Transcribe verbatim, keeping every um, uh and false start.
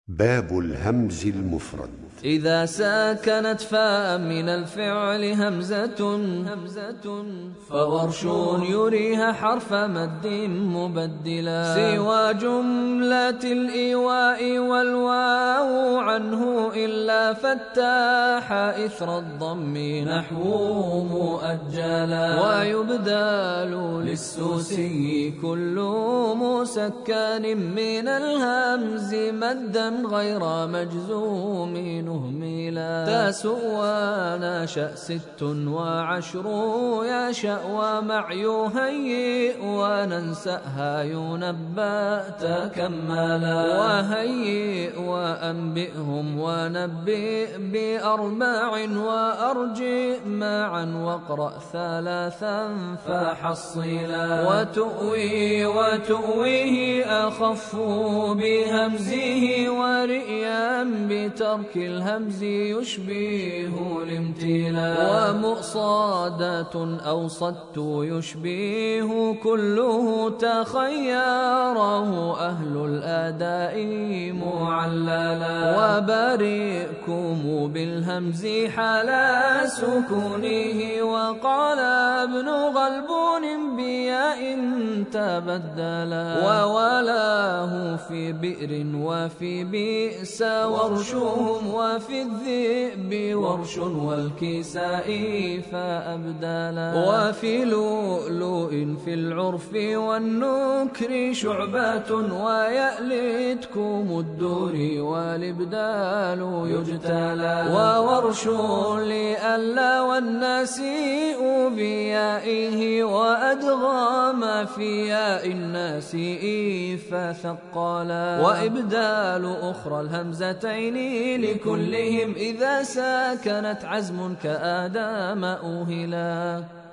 باب الهمز المفرد. إذا ساكنت فاء من الفعل همزة فورش يريها حرف مد مبدلا، سوى جملة الإيواء والواو عنه إلا فتاح إثر الضم نحو مؤجلا، ويبدال للسوسي كل مسكن من الهمز مدا غير مجزوم نهملا، تاسع ناشأ ست وعشر يشأ ومع يهيئ وننسأها ينبأ تكملا، وهيئ وأنبئهم ونبئ بأربع وأرجئ معا واقرأ ثلاثا فحصلا، وتؤوي وتؤويه أخف بهمزه ورئيا بترك الهمز يشبه الامتلاء، ومؤصادات أوصدت يشبه كله تخيره أهل الأداء معللا، وبارئكم بالهمز حال سكونه، وقال ابن غلبون بياء تبدلا، وولاه في بئر وفي بئس ورشهم، وفي الذئب ورش والكساء فأبدلا، وفي لؤلؤ في العرف والنكر شعبات، ويألتكم الدور والإبدال يجتلى، وورش لألا والنسيء بيائه، وأدغام في ياء الناسيء فثقلا، وإبدال أخرى الهمزتين لكلهم إذا ساكنت عزم كآدم أوهلا.